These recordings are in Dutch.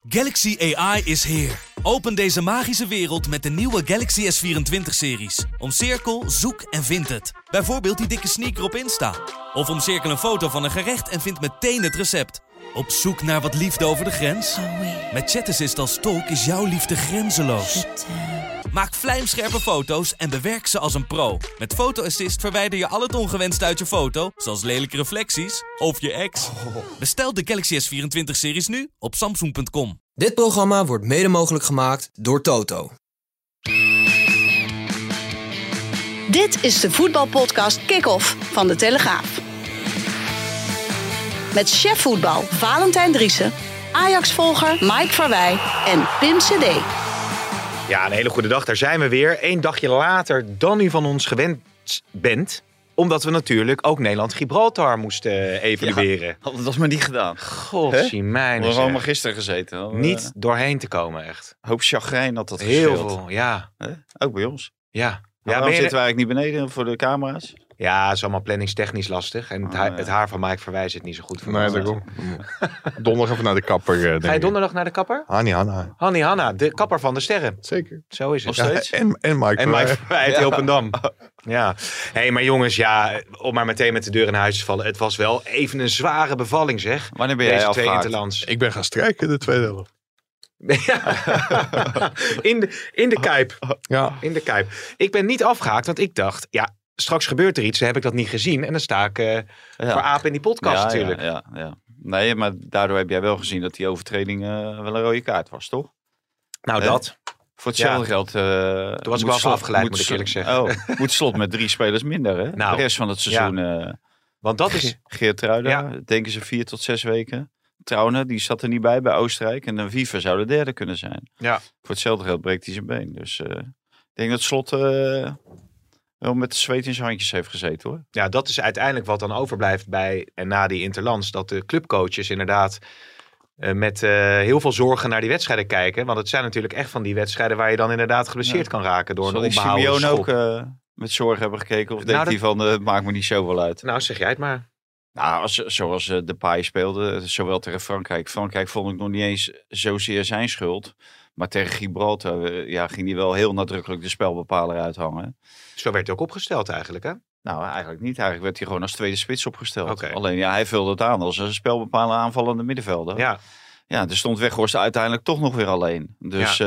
Galaxy AI is here. Open deze magische wereld met de nieuwe Galaxy S24-series. Omcirkel, zoek en vind het. Bijvoorbeeld die dikke sneaker op Insta. Of omcirkel een foto van een gerecht en vind meteen het recept. Op zoek naar wat liefde over de grens? Met ChatAssist als tolk is jouw liefde grenzeloos. Maak vlijmscherpe foto's en bewerk ze als een pro. Met Photo Assist verwijder je al het ongewenst uit je foto, zoals lelijke reflecties of je ex. Bestel de Galaxy S24-series nu op Samsung.com. Dit programma wordt mede mogelijk gemaakt door Toto. Dit is de voetbalpodcast Kick-Off van De Telegraaf. Met chef voetbal Valentijn Driessen, Ajax-volger Mike Verwij en Pim CD. Ja, een hele goede dag. Daar zijn we weer. 1 dagje later dan u van ons gewend bent. Omdat we natuurlijk ook Nederland-Gibraltar moesten evalueren. Ja, dat was maar niet gedaan. Godzijmijn. We hebben allemaal gisteren gezeten. Niet doorheen te komen, echt. Hoop chagrijn had dat heel gespeeld. Veel, ja. Ook bij ons. Ja. Waarom zitten we eigenlijk niet beneden voor de camera's? Ja, het is allemaal planningstechnisch lastig. En het haar van Mike Verwij zit niet zo goed voor Nee, daarom. Donderdag even naar de kapper. Ga je donderdag naar de kapper? Hanni Hanna, de kapper van de sterren. Zeker. Zo is het. Nog steeds? En Mike Verwij uit Hilpendam. Ja. Hey, maar jongens, ja, om maar meteen met de deur in huis te vallen. Het was wel even een zware bevalling, zeg. Wanneer ben jij Deze afgehaakt? 2 interlands. Ik ben gaan strijken de tweede helft. in de Kuip. Ja. In de Kuip. Ik ben niet afgehaakt, want ik dacht, ja, straks gebeurt er iets. Dan heb ik dat niet gezien. En dan sta ik voor Aap in die podcast natuurlijk. Ja. Nee, maar daardoor heb jij wel gezien dat die overtreding wel een rode kaart was, toch? Nou, dat. Voor hetzelfde geld... Toen was ik wel afgeleid, moet ik eerlijk zeggen. Moet Slot met 3 spelers minder, hè? Nou, de rest van het seizoen... want dat is... Geertruida, denken ze 4 tot 6 weken. Trouwne, die zat er niet bij Oostenrijk. En dan Wiever zou de derde kunnen zijn. Ja. Voor hetzelfde geld breekt hij zijn been. Dus ik denk dat Slot wel met de zweet in zijn handjes heeft gezeten, hoor. Ja, dat is uiteindelijk wat dan overblijft bij en na die interlands. Dat de clubcoaches inderdaad met heel veel zorgen naar die wedstrijden kijken. Want het zijn natuurlijk echt van die wedstrijden waar je dan inderdaad geblesseerd kan raken door een onbehouden schop. Zal die Simeone ook met zorgen hebben gekeken? Of denkt hij van, maakt me niet zoveel uit? Nou, zeg jij het maar. Nou, zoals Depay speelde, zowel tegen Frankrijk. Frankrijk vond ik nog niet eens zozeer zijn schuld. Maar tegen Gibraltar ging hij wel heel nadrukkelijk de spelbepaler uithangen. Zo werd hij ook opgesteld eigenlijk, hè? Nou, eigenlijk niet. Eigenlijk werd hij gewoon als tweede spits opgesteld. Okay. Alleen hij vulde het aan als een spelbepaler aanvallende middenvelder. Ja, er stond Weghorst uiteindelijk toch nog weer alleen. Dus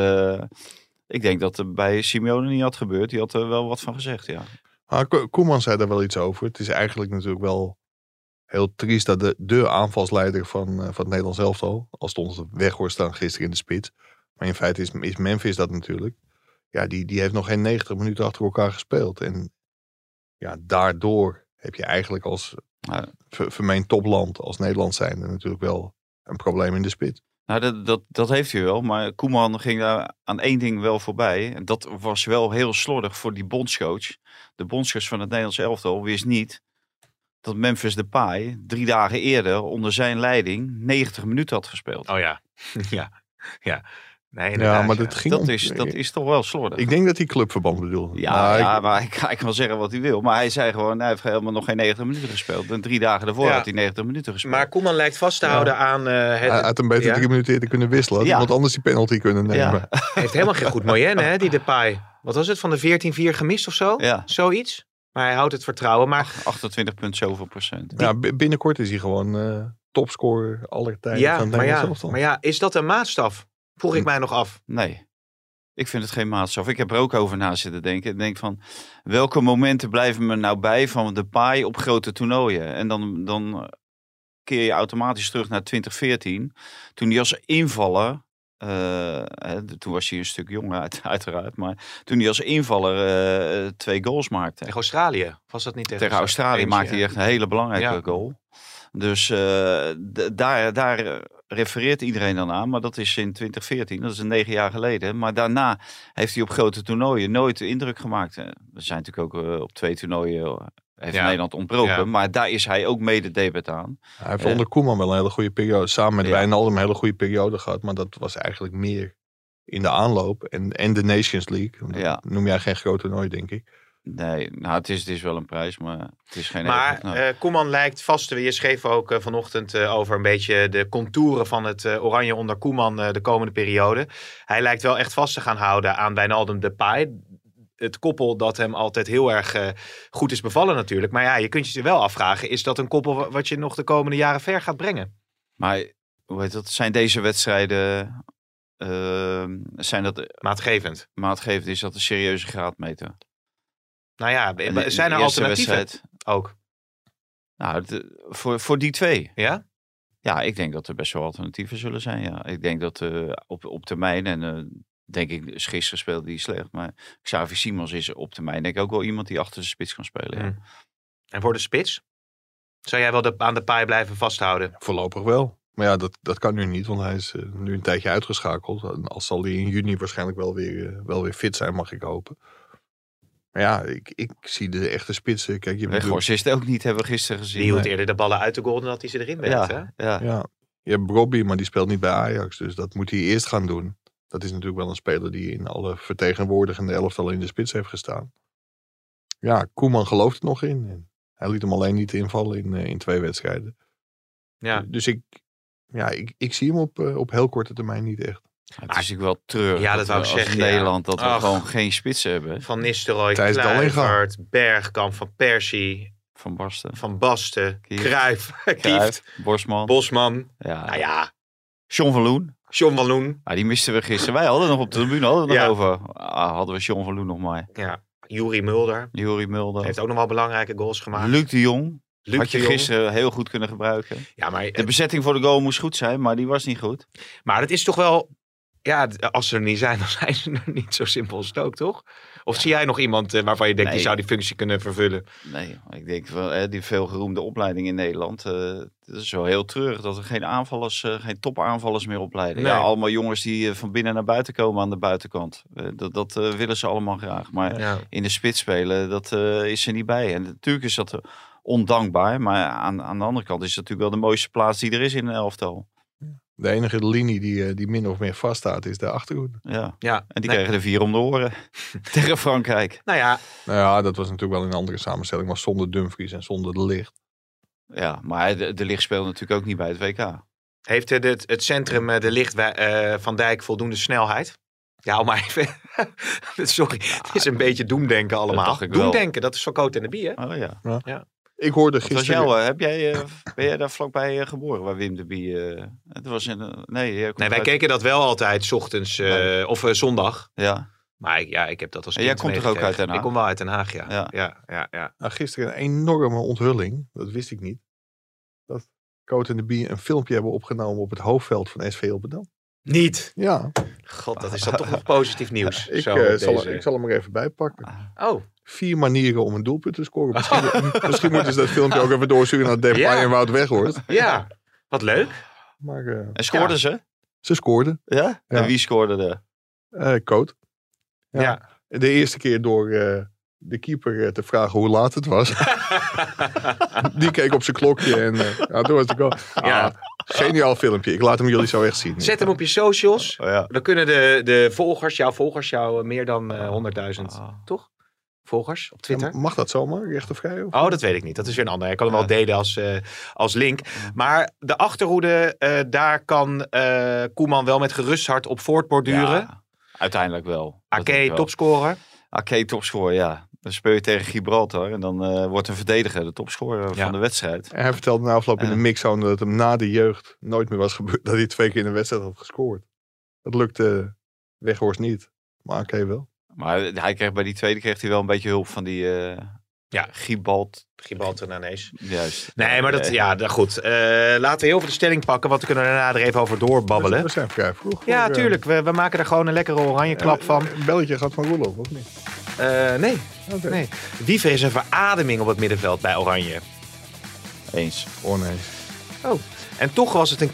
ik denk dat er bij Simeone niet had gebeurd. Die had er wel wat van gezegd, ja. Koeman zei daar wel iets over. Het is eigenlijk natuurlijk wel heel triest dat de aanvalsleider van het Nederlands elftal, al stond ze Weghorst dan gisteren in de spits. Maar in feite is Memphis dat natuurlijk. Ja, die heeft nog geen 90 minuten achter elkaar gespeeld. En ja, daardoor heb je eigenlijk als vermeend topland als Nederland zijnde natuurlijk wel een probleem in de spits. Nou, dat heeft hij wel. Maar Koeman ging daar aan één ding wel voorbij. En dat was wel heel slordig voor die bondscoach. De bondscoach van het Nederlands elftal wist niet dat Memphis Depay 3 dagen eerder onder zijn leiding 90 minuten had gespeeld. Oh ja, ja. Nee, maar dat is toch wel slordig. Ik denk dat hij clubverband bedoelde. Maar hij kan zeggen wat hij wil. Maar hij zei gewoon, hij heeft helemaal nog geen 90 minuten gespeeld. En 3 dagen daarvoor had hij 90 minuten gespeeld. Maar Koeman lijkt vast te houden aan... Hij had een beter 3 minuten eerder kunnen wisselen. Had iemand anders die penalty kunnen nemen. Ja. Hij heeft helemaal geen goed moyenne, hè, die Depay. Wat was het, van de 14-4 gemist of zo? Ja. Zoiets. Maar hij houdt het vertrouwen. Maar 28,7%. Ja, binnenkort is hij gewoon topscorer aller tijden van het Nederlands elftal. Maar ja, is dat een maatstaf? Vroeg ik mij nog af. Nee, ik vind het geen maatstaf. Ik heb er ook over na zitten denken. Ik denk van, welke momenten blijven me nou bij van Depay op grote toernooien? En dan keer je automatisch terug naar 2014. Toen hij als invaller, toen was hij een stuk jonger uiteraard. Maar toen hij als invaller 2 goals maakte. Tegen Australië? Was dat niet tegen Australië maakte hij echt een hele belangrijke goal. Dus daar refereert iedereen dan aan. Maar dat is in 2014, dat is 9 jaar geleden. Maar daarna heeft hij op grote toernooien nooit de indruk gemaakt. We zijn natuurlijk ook op 2 toernooien heeft Nederland ontbroken. Ja. Maar daar is hij ook mede debet aan. Hij heeft onder Koeman wel een hele goede periode. Samen met Wijnaldum een hele goede periode gehad. Maar dat was eigenlijk meer in de aanloop. En de Nations League. Dat noem jij geen groot toernooi, denk ik. Nee, nou, het is wel een prijs, maar het is geen... Maar Koeman lijkt vast, je schreef ook vanochtend over een beetje de contouren van het Oranje onder Koeman de komende periode. Hij lijkt wel echt vast te gaan houden aan Wijnaldum Depay. Het koppel dat hem altijd heel erg goed is bevallen natuurlijk. Maar ja, je kunt je wel afvragen, is dat een koppel wat je nog de komende jaren ver gaat brengen? Maar hoe heet dat? Zijn deze wedstrijden... zijn dat Maatgevend. Is dat een serieuze graadmeter? Nou ja, zijn er alternatieven wedstrijd, ook? Nou, voor die twee. Ja? Ja, ik denk dat er best wel alternatieven zullen zijn. Ja. Ik denk dat op termijn, en denk ik, gisteren speelde die slecht. Maar Xavi Simons is op termijn denk ik ook wel iemand die achter de spits kan spelen. Ja. En voor de spits? Zou jij wel aan de paai blijven vasthouden? Voorlopig wel. Maar ja, dat kan nu niet, want hij is nu een tijdje uitgeschakeld. En al zal hij in juni waarschijnlijk wel weer fit zijn, mag ik hopen. Maar ja, ik zie de echte spitsen. Kijk, Weghorst is het ook niet, hebben we gisteren gezien. Die hield eerder de ballen uit de goal dan dat hij ze erin werkt. Ja. Je hebt Robbie, maar die speelt niet bij Ajax. Dus dat moet hij eerst gaan doen. Dat is natuurlijk wel een speler die in alle vertegenwoordigende elftallen in de spits heeft gestaan. Ja, Koeman gelooft er nog in. En hij liet hem alleen niet invallen in 2 wedstrijden. Ja. Dus ik zie hem op heel korte termijn niet echt. Ja, het is natuurlijk wel treurig. Ja, dat wou ik zeggen. In Nederland dat we gewoon geen spitsen hebben. Van Nistelrooy, Kluivert, Bergkamp, Van Persie, Van Basten, Cruijff, Kieft, Bosman. Ja. Nou ja. John van Loen. Ja, die misten we gisteren. Wij hadden nog op de tribune over. Hadden we John van Loen nog maar. Ja. Yuri Mulder. Heeft ook nog wel belangrijke goals gemaakt. Luc de Jong. Had je gisteren heel goed kunnen gebruiken. Ja, maar de bezetting voor de goal moest goed zijn, maar die was niet goed. Maar het is toch wel... Ja, als ze er niet zijn, dan zijn ze er niet zo simpel als het ook, toch? Of zie jij nog iemand waarvan je denkt, die zou die functie kunnen vervullen? Nee, ik denk wel, die veelgeroemde opleiding in Nederland. Het is wel heel treurig dat er geen topaanvallers meer opleiden. Nee. Ja, allemaal jongens die van binnen naar buiten komen aan de buitenkant. Dat willen ze allemaal graag. Maar in de spits spelen, dat is er niet bij. En natuurlijk is dat ondankbaar. Maar aan de andere kant is het natuurlijk wel de mooiste plaats die er is in een elftal. De enige linie die min of meer vaststaat is de achterhoede. Ja. En die kregen er 4 om de oren tegen Frankrijk. Nou ja, dat was natuurlijk wel een andere samenstelling. Maar zonder Dumfries en zonder De Ligt. Ja, maar de Ligt speelde natuurlijk ook niet bij het WK. Heeft het centrum De Ligt Van Dijk voldoende snelheid? Ja, maar even... Sorry, het is een beetje doemdenken allemaal. Doemdenken, dat is van Cote en de Bie, hè? Oh ja. Ik hoorde gisteren... Ben jij daar vlakbij geboren, waar Wim de Bie... het was nee, wij keken dat wel altijd 's ochtends of zondag. Ja. Maar ik heb dat als kind jij komt toch ook uit Den Haag? Ik kom wel uit Den Haag, ja. Nou, gisteren een enorme onthulling, dat wist ik niet. Dat Cote en de Bie een filmpje hebben opgenomen op het hoofdveld van SV Ilpendam. Niet? Ja. God, dat is dan toch nog positief nieuws. Ik zal hem er even bij pakken. Oh. 4 manieren om een doelpunt te scoren. Misschien moeten ze dat filmpje ook even doorsturen naar Depay en Wout Weghorst. Ja, wat leuk. Maar, en scoorden ze? Ze scoorden. Ja? En wie scoorde er? Cote. Ja. De eerste keer door de keeper te vragen hoe laat het was. Die keek op zijn klokje en toen was de goal. Geniaal filmpje. Ik laat hem jullie zo echt zien. Zet hem op je socials. Dan kunnen de volgers, jouw meer dan 100.000, toch? Volgers op Twitter. Ja, mag dat zomaar? Rechtenvrij? Of? Oh, dat weet ik niet. Dat is weer een ander. Ik kan hem wel delen als link. Maar de achterhoede, daar kan Koeman wel met gerust hart op voortborduren. Ja, uiteindelijk wel. Ake topscorer. Ake topscorer, ja. Dan speel je tegen Gibraltar en dan wordt een verdediger de topscorer van de wedstrijd. En hij vertelde na afloop in de mixzone dat het hem na de jeugd nooit meer was gebeurd dat hij 2 keer in de wedstrijd had gescoord. Dat lukte Weghorst niet, maar Ake wel. Maar hij kreeg bij die tweede kreeg hij wel een beetje hulp van die Gibraltar Nanees. Juist. Nee, maar goed. Laten we heel veel de stelling pakken, want we kunnen daarna er even over doorbabbelen. We zijn vrij vroeg. Ja, tuurlijk. We maken er gewoon een lekkere oranje klap van. Een belletje gaat van Roelof, of niet? Nee. Okay. Nee. Wiever is een verademing op het middenveld bij Oranje. Eens. Oneens. Oh. En toch was het een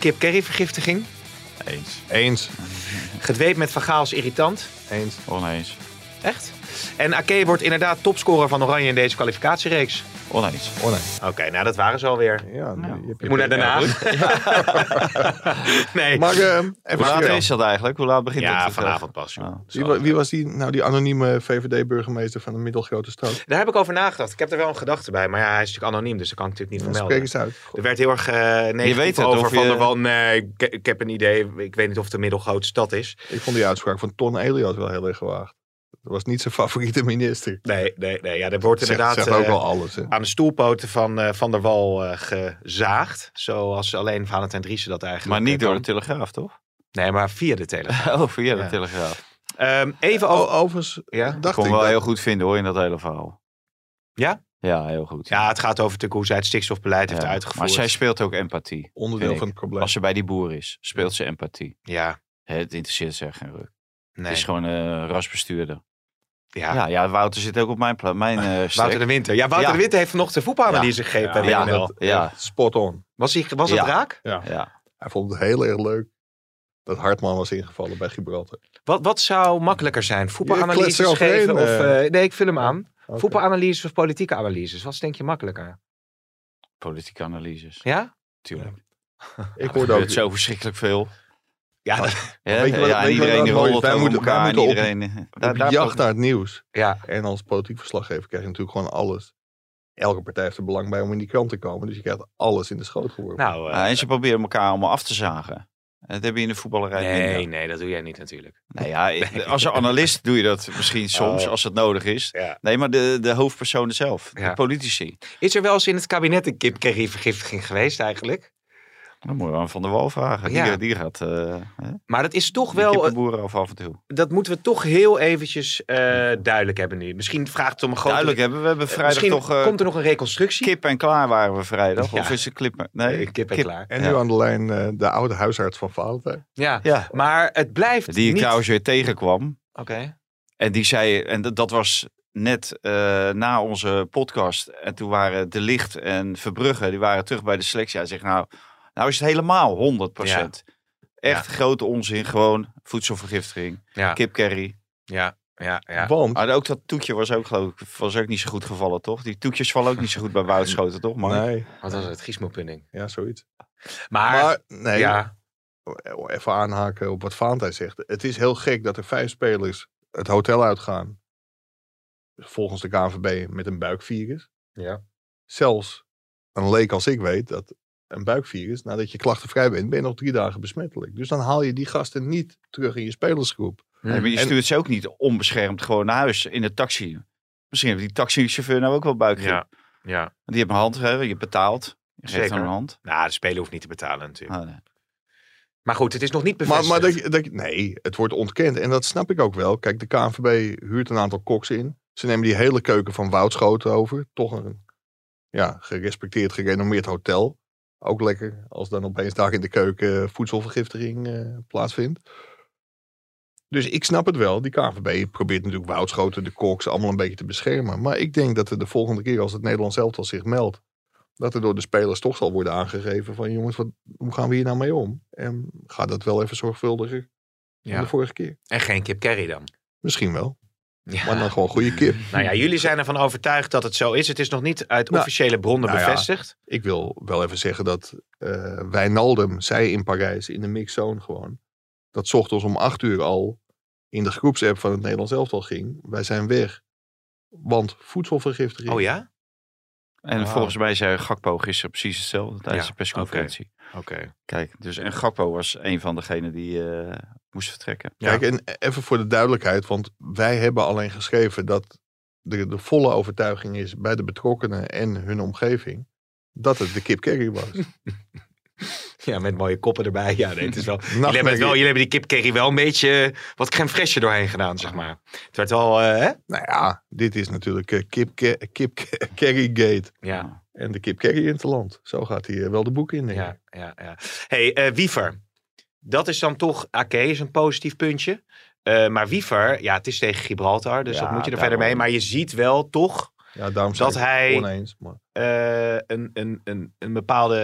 kip-curry-vergiftiging? Eens. Gedweept met Van Gaal is irritant? Eens. Oneens. Echt? En Ake wordt inderdaad topscorer van Oranje in deze kwalificatiereeks. Oneens. Oh nee. Oké, nou dat waren ze alweer. Ja, Je moet naar Den Haag. Nee. Maar even Hoe laat serieus. is dat eigenlijk? Hoe laat begint het? Ja, vanavond pas. Joh. Wie was die anonieme VVD-burgemeester van een middelgrote stad? Daar heb ik over nagedacht. Ik heb er wel een gedachte bij. Maar ja, hij is natuurlijk anoniem, dus dat kan ik natuurlijk niet Spreek vermelden. eens uit. Er werd heel erg negatief weet het, over of Van je- der Wal. Nee, ik heb een idee. Ik weet niet of het een middelgrote stad is. Ik vond die uitspraak van Ton Elias wel heel erg gewaagd. Dat was niet zijn favoriete minister. Nee. Ja, er wordt inderdaad Zegt ook wel alles. Hè? aan de stoelpoten van der Wal gezaagd. Zoals alleen Valentijn Driessen dat eigenlijk Maar niet door kan. de Telegraaf, toch? Nee, maar via de Telegraaf. Oh, via de Ja. Telegraaf. Even over... Overigens Ja? Ik dacht kon ik wel dat- heel goed vinden hoor, in dat hele verhaal. Ja? Ja, heel goed. Ja, het gaat over natuurlijk hoe zij het stikstofbeleid heeft Ja. uitgevoerd. Maar zij speelt ook empathie. onderdeel vind van ik. het probleem. Als ze bij die boer is, speelt ze empathie. Ja, Het interesseert ze echt geen ruk. nee. Het is gewoon een rasbestuurder. Ja. Ja, Wouter zit ook op mijn Wouter stek. de Winter. Ja, Wouter Ja. de Winter heeft vanochtend een voetbalanalyse gegeven bij Ja, WNL. Ja, Spot on. Was het Ja. raak? Ja. ja. Hij vond het heel erg leuk dat Hartman was ingevallen bij Gibraltar. Wat zou makkelijker zijn? klets Voetbalanalyses eroverheen, geven? Of, nee, ik vul hem aan. Okay. Voetbalanalyses of politieke analyses? Wat denk je makkelijker? Politieke analyses. Ja? Tuurlijk. Ik Er hoorde ook... gebeurt zo verschrikkelijk veel. Ja, Ja, Weet je wat- ja, en weet je wat iedereen die nou mooi is? rolt Wij over moeten- elkaar. wij En moeten op- iedereen... op jacht naar het nieuws. ja. En als politiek verslaggever krijg je natuurlijk gewoon alles. Elke partij heeft er belang bij om in die krant te komen. Dus je krijgt alles in de schoot geworpen. Nou, Ja, en ze proberen elkaar allemaal af te zagen. En dat heb je in de voetballerij minder. nee, dat doe jij niet natuurlijk. Nou ja, als analist doe je dat misschien soms, Oh. als het nodig is. Ja. Nee, maar de hoofdpersonen zelf, Ja. de politici. Is er wel eens in het kabinet een kip-curry-vergiftiging geweest eigenlijk? Dan moet je aan Van der Wal vragen. Ja. Die gaat Maar dat is toch die wel... kippenboeren af en toe. Dat moeten we toch heel eventjes duidelijk hebben nu. Misschien vraagt het om een grote... Duidelijk hebben we hebben vrijdag Misschien toch komt er nog een reconstructie. kip en klaar waren we vrijdag. Ja. Of is het klip? Nee, kip en klaar. En Ja. nu aan de lijn de oude huisarts van Valentijn. Ja, Ja. maar het blijft Die ik niet... trouwens weer tegenkwam. Oké. En die zei, en dat was net na onze podcast. En toen waren De Licht en Verbrugge, die waren terug bij de selectie. Hij zegt, nou is het helemaal 100%. Echt grote onzin, gewoon voedselvergiftiging. Ja, Kipcurry. ja. Want Maar ook dat toetje was ook, geloof ik, was ook niet zo goed gevallen, toch? Die toetjes vallen ook niet zo goed bij Wout Schoten, toch? Maar nee, Wat was het? Giesmoedpudding. ja, zoiets. Maar, Maar nee, ja, even aanhaken op wat Valentijn zegt. Het is heel gek dat er 5 spelers het hotel uitgaan. Volgens de KNVB met een buikvirus. ja. Zelfs een leek als ik weet dat een buikvirus, nadat je klachtenvrij bent, ben je nog 3 dagen besmettelijk. Dus dan haal je die gasten niet terug in je spelersgroep. nee, maar je En- stuurt ze ook niet onbeschermd gewoon naar huis in de taxi. Misschien heeft die taxichauffeur nou ook wel buikgriep. Ja, ja. Die heeft een hand, hè? Je betaalt. Je geeft Zeker. hem een hand. Nou, de speler hoeft niet te betalen natuurlijk. Ah, nee. Maar goed, het is nog niet Maar, bevestigd. nee, het wordt ontkend. En dat snap ik ook wel. Kijk, de KNVB huurt een aantal koks in. Ze nemen die hele keuken van Wout Schoten over. Toch een gerespecteerd, gerenommeerd hotel. Ook lekker als dan opeens daar in de keuken voedselvergiftiging plaatsvindt. Dus ik snap het wel. Die KNVB probeert natuurlijk Wout Schoten, de koks, allemaal een beetje te beschermen. Maar ik denk dat er de volgende keer als het Nederlands elftal zich meldt, dat er door de spelers toch zal worden aangegeven van jongens, hoe gaan we hier nou mee om? En gaat dat wel even zorgvuldiger dan Ja. de vorige keer? En geen kip curry dan. Misschien wel. Ja. Maar dan gewoon goede kip. Nou ja, jullie zijn ervan overtuigd dat het zo is. Het is nog niet uit Nou, officiële bronnen nou ja. bevestigd. Ik wil wel even zeggen dat Wijnaldum zei in Parijs in de mixzone gewoon, dat 's ochtends om 8 uur al in de groepsapp van het Nederlands elftal ging. Wij zijn weg. Want voedselvergiftiging. Oh ja? En Wauw. volgens mij zei Gakpo gisteren precies hetzelfde tijdens Ja, de persconferentie. Oké. Kijk, dus en Gakpo was een van degenen die moest vertrekken. Kijk, en even voor de duidelijkheid, want wij hebben alleen geschreven dat de volle overtuiging is bij de betrokkenen en hun omgeving dat het de kip curry was. Ja, met mooie koppen erbij. Ja, nee, het is wel... Nachtmerrie. jullie hebben die kip curry wel een beetje wat crème fraîche doorheen gedaan, zeg maar. Het werd wel, hè? Nou ja, dit is natuurlijk kip curry gate. Ja. En de kip curry in het land. Zo gaat hij wel de boek in. denk ik. Ja. Hey, Wiever. Dat is dan toch... Ake is een positief puntje. Maar Wiever, ja, het is tegen Gibraltar. Dus Ja, wat moet je er daarom. verder mee? Maar je ziet wel toch Ja, daarom Dat zei ik hij- oneens. Maar een bepaalde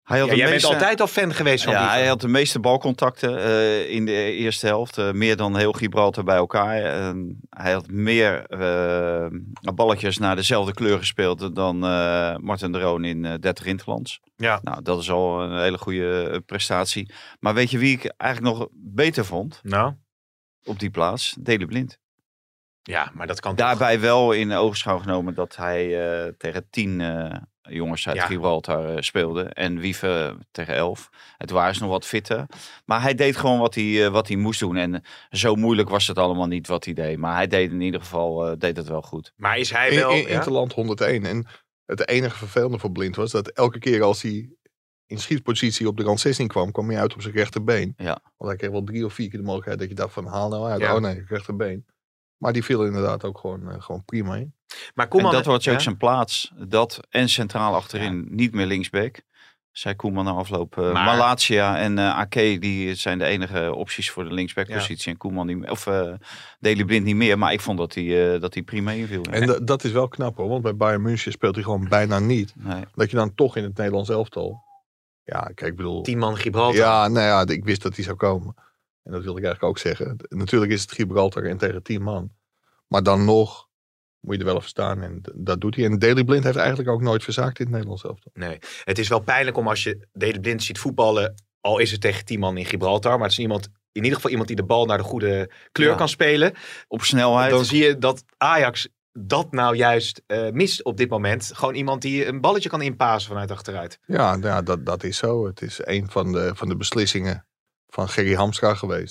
Hij had jij bent altijd al fan geweest van Wiever. Hij had de meeste balcontacten in de eerste helft. Meer dan heel Gibraltar bij elkaar. Hij had meer balletjes naar dezelfde kleur gespeeld dan Martin de Roon in 30 Interlands. Ja. Nou, dat is al een hele goede prestatie. Maar weet je wie ik eigenlijk nog beter vond Nou? op die plaats? Daley Blind. Ja, maar dat kan Daarbij wel in oogschouw genomen dat hij tegen 10 jongens uit Gibraltar speelde. En Wiever tegen 11. Het waren ze nog wat fitter. Maar hij deed gewoon wat hij moest doen. En zo moeilijk was het allemaal niet wat hij deed. Maar hij deed in ieder geval deed het wel goed. Maar is hij wel... In Interland 101. En het enige vervelende voor Blind was dat elke keer als hij in schietpositie op de rand 16 kwam hij uit op zijn rechterbeen. Ja. Want hij kreeg wel 3 of 4 keer de mogelijkheid dat je dacht van haal nou uit. Ja. Oh nee, rechterbeen. Maar die viel inderdaad ook gewoon prima in. Maar Koeman, en dat wordt ook zijn plaats. Dat en centraal achterin niet meer linksback. Zei Koeman na afloop. Malatia en Ake die zijn de enige opties voor de linksbackpositie. En Koeman niet meer. Of Daley Blind niet meer. Maar ik vond dat hij prima inviel. En dat is wel knap hoor. Want bij Bayern München speelt hij gewoon bijna niet. Nee. Dat je dan toch in het Nederlands elftal. Ja, kijk, ik bedoel. 10 man Gibraltar. Ja, nou ja, ik wist dat hij zou komen. En dat wilde ik eigenlijk ook zeggen. Natuurlijk is het Gibraltar en tegen 10 man. Maar dan nog moet je er wel even staan. En dat doet hij. En Daley Blind heeft eigenlijk ook nooit verzaakt in het Nederlands elftal. Nee, het is wel pijnlijk om als je Daley Blind ziet voetballen. Al is het tegen 10 man in Gibraltar. Maar het is in ieder geval iemand die de bal naar de goede kleur kan spelen. Op snelheid. Dan zie je dat Ajax dat nou juist mist op dit moment. Gewoon iemand die een balletje kan inpassen vanuit achteruit. Ja, dat is zo. Het is een van de beslissingen van Gerry Hamstra geweest.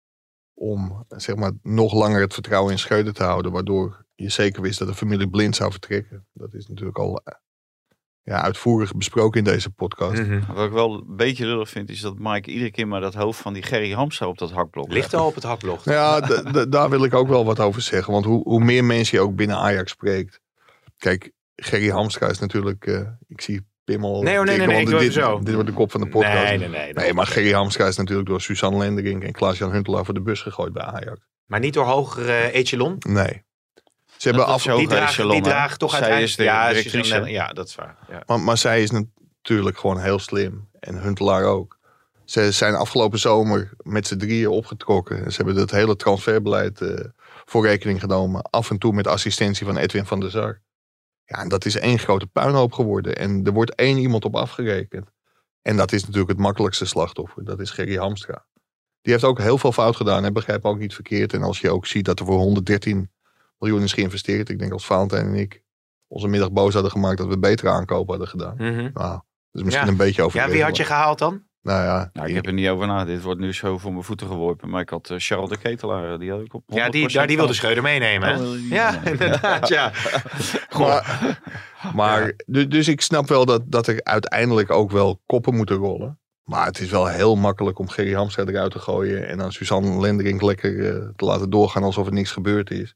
Om zeg maar nog langer het vertrouwen in Schreuder te houden. Waardoor je zeker wist dat de familie Blind zou vertrekken. Dat is natuurlijk al uitvoerig besproken in deze podcast. Mm-hmm. Wat ik wel een beetje lullig vind is dat Mike iedere keer maar dat hoofd van die Gerry Hamstra op dat hakblok Ligt al op het hakblok. Ja, daar wil ik ook wel wat over zeggen. Want hoe meer mensen je ook binnen Ajax spreekt. Kijk, Gerry Hamstra is natuurlijk... ik zie Pim al... Nee, dit wordt de kop van de podcast. Nee, maar Gerry Hamstra is natuurlijk door Suzanne Lenderink en Klaas-Jan Huntelaar voor de bus gegooid bij Ajax. Maar niet door hogere echelon? Nee. Ze hebben die draagt toch uiteindelijk... directrice. Dat is waar. Ja. Maar zij is natuurlijk gewoon heel slim. En Huntelaar ook. Ze zijn afgelopen zomer met z'n drieën opgetrokken. En ze hebben het hele transferbeleid voor rekening genomen. Af en toe met assistentie van Edwin van der Sar. Ja, en dat is één grote puinhoop geworden. En er wordt één iemand op afgerekend. En dat is natuurlijk het makkelijkste slachtoffer. Dat is Gerry Hamstra. Die heeft ook heel veel fout gedaan. En begrijp ook niet verkeerd. En als je ook ziet dat er voor 113 miljoen is geïnvesteerd. Ik denk als Valentijn en ik onze middag boos hadden gemaakt dat we betere aankopen hadden gedaan. Mm-hmm. Nou, dat is misschien een beetje overdreven. Ja, wie had je gehaald dan? Nou ja. Nou, ik heb er niet over na. Dit wordt nu zo voor mijn voeten geworpen. Maar ik had Charles de Ketelaar. Die had ik op 100% die wilde Schreuder meenemen. Hè? Ja, inderdaad. Ja. Maar dus ik snap wel dat er uiteindelijk ook wel koppen moeten rollen. Maar het is wel heel makkelijk om Gerry Hamstra eruit te gooien. En dan Suzanne Lenderink lekker te laten doorgaan alsof er niks gebeurd is.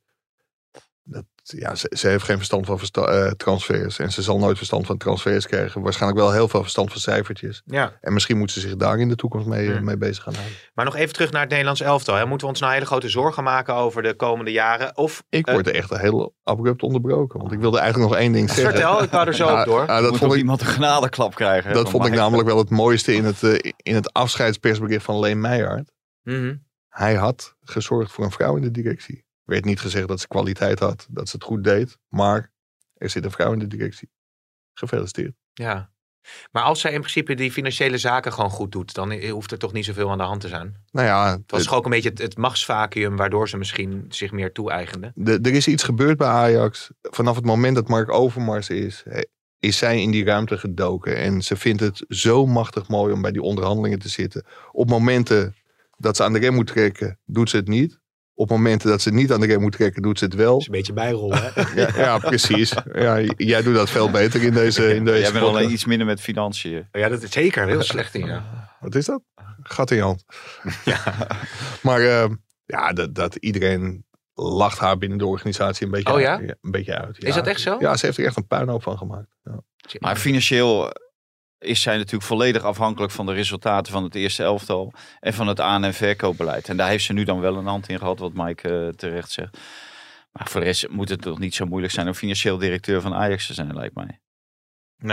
Ze heeft geen verstand van transfers. En ze zal nooit verstand van transfers krijgen. Waarschijnlijk wel heel veel verstand van cijfertjes. Ja. En misschien moet ze zich daar in de toekomst mee bezig gaan houden. Maar nog even terug naar het Nederlands elftal. Hè? Moeten we ons nou hele grote zorgen maken over de komende jaren? Ik word er echt heel abrupt onderbroken. Want ik wilde eigenlijk nog één ding zeggen. Vertel, ik wou er zo op door. Dat vond iemand een genadeklap krijgen. Dat vond ik namelijk wel het mooiste in het afscheidspersbericht van Leen Meijaard. Mm-hmm. Hij had gezorgd voor een vrouw in de directie. Werd niet gezegd dat ze kwaliteit had, dat ze het goed deed. Maar er zit een vrouw in de directie. Gefeliciteerd. Ja. Maar als zij in principe die financiële zaken gewoon goed doet, dan hoeft er toch niet zoveel aan de hand te zijn. Nou ja, het was toch ook een beetje het machtsvacuüm waardoor ze misschien zich meer toe-eigenden. Er is iets gebeurd bij Ajax. Vanaf het moment dat Mark Overmars is zij in die ruimte gedoken. En ze vindt het zo machtig mooi om bij die onderhandelingen te zitten. Op momenten dat ze aan de rem moet trekken, doet ze het niet. Op momenten dat ze niet aan de rem moet trekken, doet ze het wel. Dat is een beetje bijrollen, hè? Ja, precies. Ja, jij doet dat veel beter in deze Jij bent alleen iets minder met financiën. Ja, dat is zeker. Heel slecht in, ja. Wat is dat? Gat in je hand. Ja. Maar dat iedereen lacht haar binnen de organisatie een beetje uit. Ja. Is dat echt zo? Ja, ze heeft er echt een puinhoop van gemaakt. Ja. Maar financieel is zij natuurlijk volledig afhankelijk van de resultaten van het eerste elftal en van het aan- en verkoopbeleid. En daar heeft ze nu dan wel een hand in gehad, wat Mike terecht zegt. Maar voor de rest moet het toch niet zo moeilijk zijn om financieel directeur van Ajax te zijn, lijkt mij. Nee.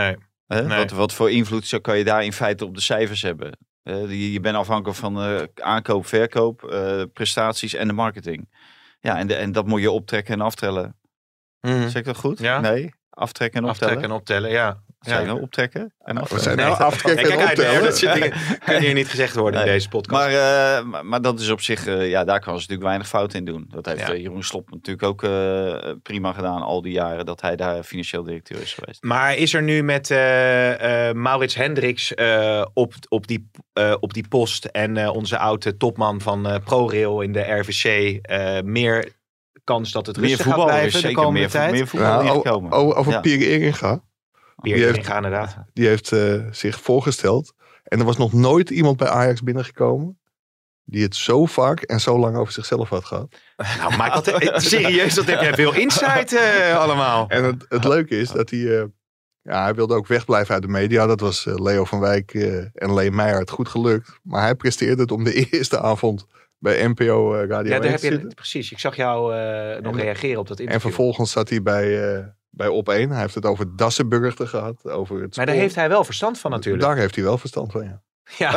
Nee. Wat voor invloed kan je daar in feite op de cijfers hebben? Je bent afhankelijk van aankoop, verkoop, prestaties en de marketing. Ja, en dat moet je optrekken en aftellen. Zeg ik dat goed? Ja. Nee, aftrekken en optellen. Aftrekken en optellen, ja. Zijn we optrekken en We aftellen? zijn nou aftrekken en Kijk uit, optellen. dat soort dingen kunnen hier niet gezegd worden in Nee. deze podcast. Maar dat is op zich, daar kan ze natuurlijk weinig fout in doen. Dat heeft Jeroen Slop natuurlijk ook prima gedaan al die jaren dat hij daar financieel directeur is geweest. Maar is er nu met Maurits Hendricks op die post en onze oude topman van ProRail in de RVC meer kans dat het Meer rustig gaat voetbal, blijven is de zeker komende meer, tijd? meer voetbal ingekomen. Over Pierre Eringa. Pierre inderdaad. Die heeft zich voorgesteld. En er was nog nooit iemand bij Ajax binnengekomen die het zo vaak en zo lang over zichzelf had gehad. Nou, Mike, serieus, dat heb jij veel insight allemaal. En het leuke is dat hij wilde ook wegblijven uit de media. Dat was Leo van Wijk en Leen Meijert goed gelukt. Maar hij presteerde het om de eerste avond bij NPO Radio 1 daar heb te je zitten. precies. Ik zag jou nog reageren op dat interview. En vervolgens zat hij bij Op1. Hij heeft het over Dassenburger gehad. Over het maar spoor. daar heeft hij wel verstand van natuurlijk. Daar heeft hij wel verstand van, ja. Ja.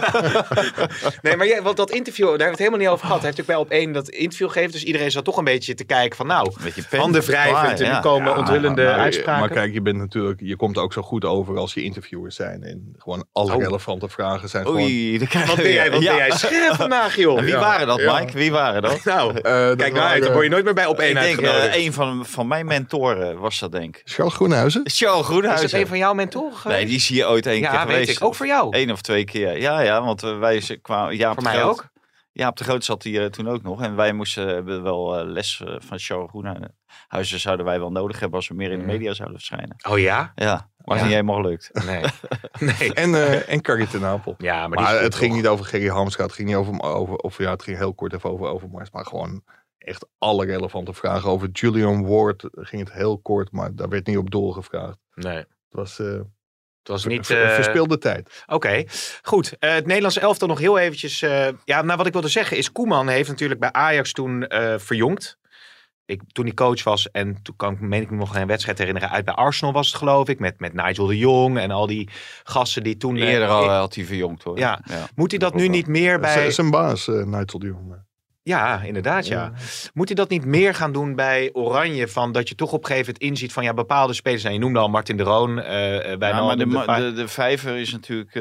Nee, maar want dat interview, daar hebben we het helemaal niet over gehad. Hij heeft natuurlijk bij Op1 dat interview gegeven. Dus iedereen zat toch een beetje te kijken van nou, handen wrijvend. En nu komen onthullende uitspraken. Maar kijk, je komt ook zo goed over als je interviewers zijn. En gewoon alle relevante vragen zijn gewoon... Wat ben jij scherp vandaag, joh. En wie waren dat, Mike? Wie waren dat? Nou, kijk nou uit, dan word je nooit meer bij Op1 uitgenodigd. Een van mijn mentoren was dat, denk ik. Charles Groenhuizen? Charles Groenhuizen. Is dat een van jouw mentoren geweest? Nee, die zie je ooit één keer Ja, geweest. weet ik. Ook voor jou? 1 of 2 keer. Ja, want wij kwamen... Ja, voor mij ook? Jaap de Groot zat hier toen ook nog. En wij hebben wel les van Charles Groenhuizen zouden wij wel nodig hebben als we meer in de media zouden verschijnen. Oh ja? Ja, maar niet helemaal gelukt. Nee. En Carrie ten Apel. Ja, maar het ging niet over Gerry Hamstra. Het ging niet over het ging heel kort even over Overmars. Maar gewoon echt alle relevante vragen. Over Julian Ward ging het heel kort. Maar daar werd niet op doorgevraagd. Nee. Het was... Het was niet... verspilde tijd. Oké, goed. Het Nederlandse elftal nog heel eventjes... wat ik wilde zeggen is... Koeman heeft natuurlijk bij Ajax toen verjongd. Toen hij coach was en toen meen ik me nog een wedstrijd herinneren. Uit bij Arsenal was het geloof ik. Met Nigel de Jong en al die gasten die toen... Eerder al had hij verjongd hoor. Ja. Moet hij dat nu niet meer bij... Zijn baas, Nigel de Jong. Ja, inderdaad ja. Moet hij dat niet meer gaan doen bij Oranje? Van dat je toch op een gegeven moment inziet van bepaalde spelers. En je noemde al Martin de Roon. Maar de vijver is natuurlijk...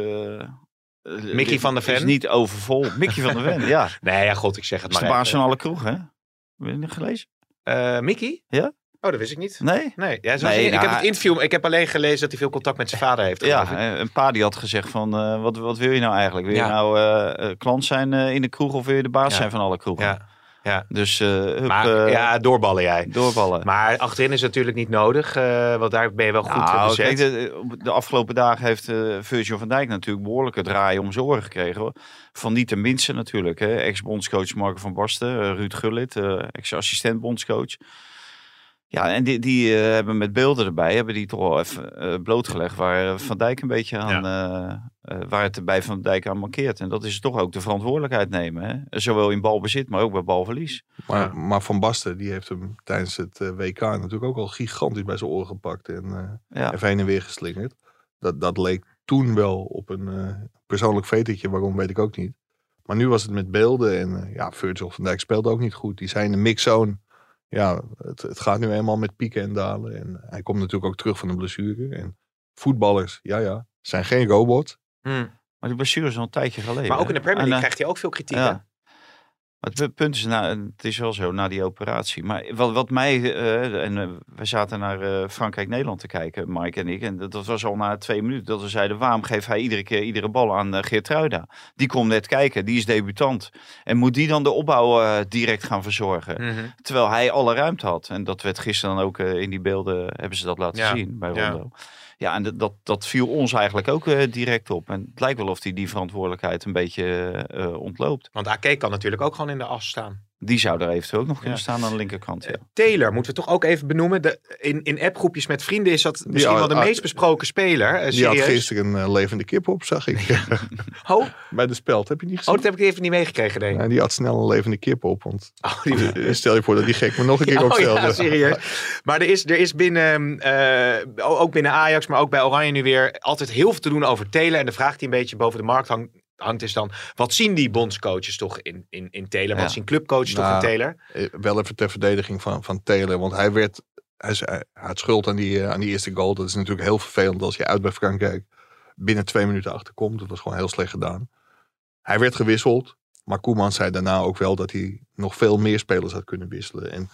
Mickey van der Ven. Is niet overvol. Mickey van der Ven, ja. Nee, ja, god, ik zeg het maar. maar. De baas van alle kroegen, hè? Heb je het gelezen? Mickey? Ja. Oh, dat wist ik niet. Nee? Ja, ik heb het interview, ik heb alleen gelezen dat hij veel contact met zijn vader heeft. Een paar die had gezegd van, wat wil je nou eigenlijk? Wil je nou klant zijn in de kroeg of wil je de baas zijn van alle kroegen? Ja. Dus doorballen jij. Doorballen. Maar achterin is het natuurlijk niet nodig, want daar ben je wel goed bezet. Kijk, de afgelopen dagen heeft Virgil van Dijk natuurlijk behoorlijke draaien om zijn oren gekregen. Hoor. Van niet de minste natuurlijk. Ex-bondscoach Marco van Basten, Ruud Gullit, ex-assistent bondscoach. Ja, en die hebben met beelden erbij, hebben die toch wel even blootgelegd waar Van Dijk een beetje aan, waar het bij Van Dijk aan mankeert. En dat is toch ook de verantwoordelijkheid nemen. Hè? Zowel in balbezit, maar ook bij balverlies. Maar Van Basten, die heeft hem tijdens het WK natuurlijk ook al gigantisch bij zijn oren gepakt en even heen en weer geslingerd. Dat leek toen wel op een persoonlijk vetetje, waarom weet ik ook niet. Maar nu was het met beelden en Virgil van Dijk speelde ook niet goed. Die zijn in de mixzone. Ja, het gaat nu eenmaal met pieken en dalen. En hij komt natuurlijk ook terug van een blessure. En voetballers, zijn geen robot. Maar die blessure is al een tijdje geleden. Maar ook in de Premier League krijgt hij ook veel kritiek. Ja. Maar het punt is, het is wel zo, na die operatie. Maar wat mij, we zaten naar Frankrijk-Nederland te kijken, Mike en ik. En dat was al na 2 minuten dat we zeiden, waarom geeft hij iedere bal aan Geertruida? Die komt net kijken, die is debutant. En moet die dan de opbouw direct gaan verzorgen? Mm-hmm. Terwijl hij alle ruimte had. En dat werd gisteren dan ook in die beelden, hebben ze dat laten zien bij Rondo. Ja, en dat viel ons eigenlijk ook direct op. En het lijkt wel of hij die verantwoordelijkheid een beetje ontloopt. Want AK kan natuurlijk ook gewoon in de as staan. Die zou er eventueel ook nog kunnen staan aan de linkerkant. Ja. Taylor moeten we toch ook even benoemen. In appgroepjes met vrienden is dat misschien wel de meest besproken speler. Die had gisteren een levende kip op, zag ik. Bij de Speld, heb je niet gezien? Dat heb ik even niet meegekeken, denk ik. Ja, die had snel een levende kip op. Want stel je voor dat die gek me nog een keer opstelde. Ja, serieus. Maar er is binnen, ook binnen Ajax, maar ook bij Oranje nu weer altijd heel veel te doen over Taylor. En de vraag die een beetje boven de markt hangt is dan, wat zien die bondscoaches toch in Taylor? Wat zien clubcoaches toch in Taylor? Wel even ter verdediging van Taylor. Want hij had schuld aan die eerste goal. Dat is natuurlijk heel vervelend als je uit bij Frankrijk binnen 2 minuten achterkomt. Dat was gewoon heel slecht gedaan. Hij werd gewisseld. Maar Koeman zei daarna ook wel dat hij nog veel meer spelers had kunnen wisselen. En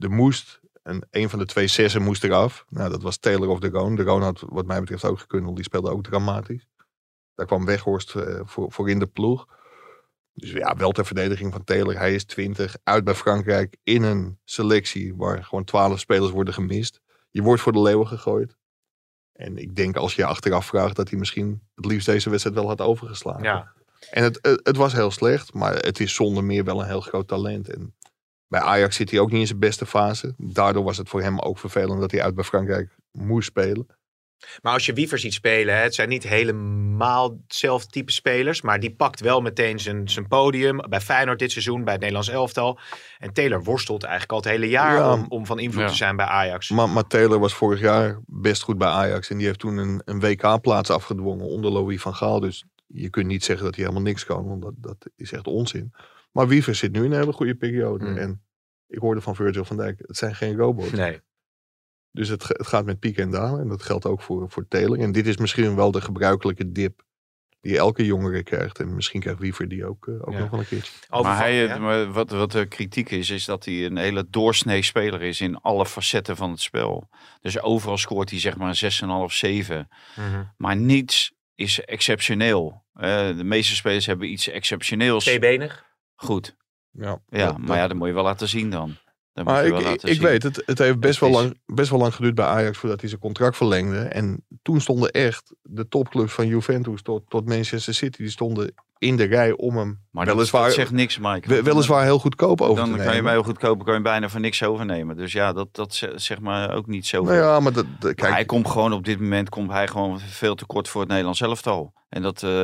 een van de 2 6'en moest eraf. Nou, dat was Taylor of De Roon. De Roon had wat mij betreft ook gekund, want die speelde ook dramatisch. Daar kwam Weghorst voor in de ploeg. Dus ja, wel ter verdediging van Taylor. Hij is 20, uit bij Frankrijk in een selectie waar gewoon 12 spelers worden gemist. Je wordt voor de leeuwen gegooid. En ik denk als je achteraf vraagt dat hij misschien het liefst deze wedstrijd wel had overgeslagen. Ja. En het was heel slecht, maar het is zonder meer wel een heel groot talent. En bij Ajax zit hij ook niet in zijn beste fase. Daardoor was het voor hem ook vervelend dat hij uit bij Frankrijk moest spelen. Maar als je Wiever ziet spelen, het zijn niet helemaal hetzelfde type spelers, maar die pakt wel meteen zijn podium. Bij Feyenoord dit seizoen, bij het Nederlands elftal. En Taylor worstelt eigenlijk al het hele jaar om van invloed te zijn bij Ajax. Maar Taylor was vorig jaar best goed bij Ajax. En die heeft toen een WK-plaats afgedwongen onder Louis van Gaal. Dus je kunt niet zeggen dat hij helemaal niks kan, want dat is echt onzin. Maar Wiever zit nu in een hele goede periode. En ik hoorde van Virgil van Dijk, het zijn geen robots. Nee. Dus het gaat met pieken en dalen. En dat geldt ook voor Taylor. En dit is misschien wel de gebruikelijke dip die elke jongere krijgt. En misschien krijgt Wiever die ook nog wel een keertje. Maar wat de kritiek is dat hij een hele doorsnee speler is in alle facetten van het spel. Dus overal scoort hij zeg maar een 6,5, 7. Mm-hmm. Maar niets is exceptioneel. De meeste spelers hebben iets exceptioneels. Tweebenig. Goed. Ja, maar dat moet je wel laten zien dan. Maar ik weet, het heeft best wel lang geduurd bij Ajax voordat hij zijn contract verlengde. En toen stonden echt de topclubs van Juventus tot Manchester City, die stonden in de rij om hem. Maar dat zegt niks, Mike. Weliswaar heel goedkoop over te nemen. Dan kan je bij heel goedkoop bijna voor niks overnemen. Dus ja, dat zeg maar ook niet zo. Nou ja, maar kijk, hij komt gewoon op dit moment gewoon veel te kort voor het Nederlands elftal. En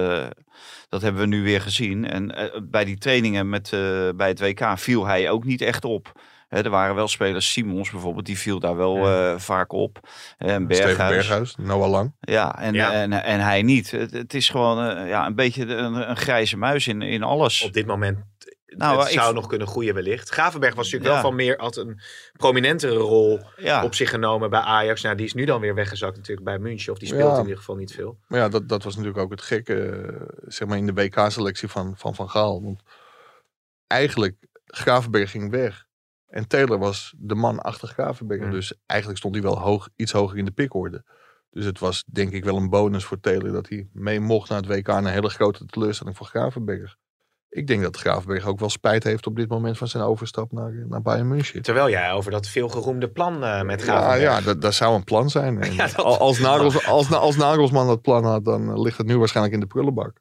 dat hebben we nu weer gezien. En bij die trainingen bij het WK viel hij ook niet echt op. Er waren wel spelers, Simons bijvoorbeeld, die viel daar wel vaak op. Berghuis, Noah Lang. Ja, en hij niet. Het is gewoon een beetje een grijze muis in alles. Op dit moment zou nog kunnen groeien wellicht. Gravenberg was natuurlijk had een prominentere rol op zich genomen bij Ajax. Nou, die is nu dan weer weggezakt natuurlijk bij München. Of die speelt in ieder geval niet veel. Maar ja, dat was natuurlijk ook het gekke, zeg maar in de WK-selectie van Gaal. Want eigenlijk, Gravenberg ging weg. En Taylor was de man achter Gravenberg. Dus eigenlijk stond hij wel iets hoger in de pikorde. Dus het was denk ik wel een bonus voor Taylor dat hij mee mocht naar het WK. Een hele grote teleurstelling voor Gravenberg. Ik denk dat Gravenberg ook wel spijt heeft op dit moment van zijn overstap naar Bayern München. Terwijl jij over dat veelgeroemde plan met Gravenberg. Ja, dat zou een plan zijn. En als Nagelsman dat plan had, dan ligt het nu waarschijnlijk in de prullenbak.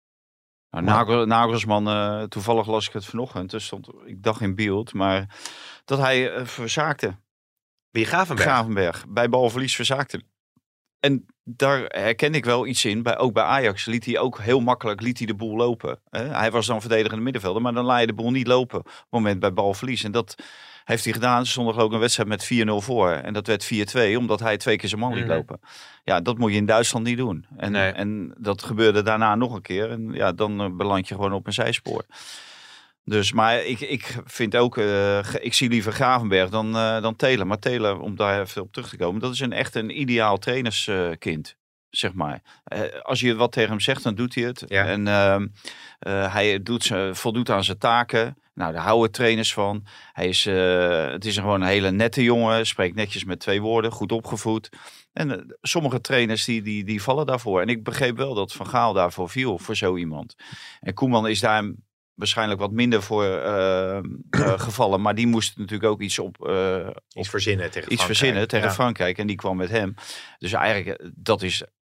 Nagelsman, toevallig las ik het vanochtend. Dus ik dacht in beeld, maar dat hij verzaakte. Wie Gravenberg. Bij balverlies verzaakte. En daar herken ik wel iets in. Ook bij Ajax liet hij ook heel makkelijk de boel lopen. Hij was dan verdedigende middenvelder, maar dan laat je de boel niet lopen op het moment bij balverlies. En dat heeft hij gedaan. Ze stonden ook een wedstrijd met 4-0 voor. En dat werd 4-2, omdat hij 2 keer zijn man liet lopen. Ja, dat moet je in Duitsland niet doen. En dat gebeurde daarna nog een keer. En ja, dan beland je gewoon op een zijspoor. Dus, maar ik vind ook, ik zie liever Gravenberg dan Taylor. Maar Taylor, om daar even op terug te komen, dat is echt een ideaal trainerskind, zeg maar. Als je wat tegen hem zegt, dan doet hij het. Ja. En hij voldoet aan zijn taken. Nou, daar houden trainers van. Het is gewoon een hele nette jongen. Spreekt netjes met 2 woorden. Goed opgevoed. En sommige trainers die vallen daarvoor. En ik begreep wel dat Van Gaal daarvoor viel. Voor zo iemand. En Koeman is daar waarschijnlijk wat minder voor gevallen. Maar die moest natuurlijk ook iets verzinnen tegen Frankrijk. Frankrijk. En die kwam met hem. Dus eigenlijk, dat is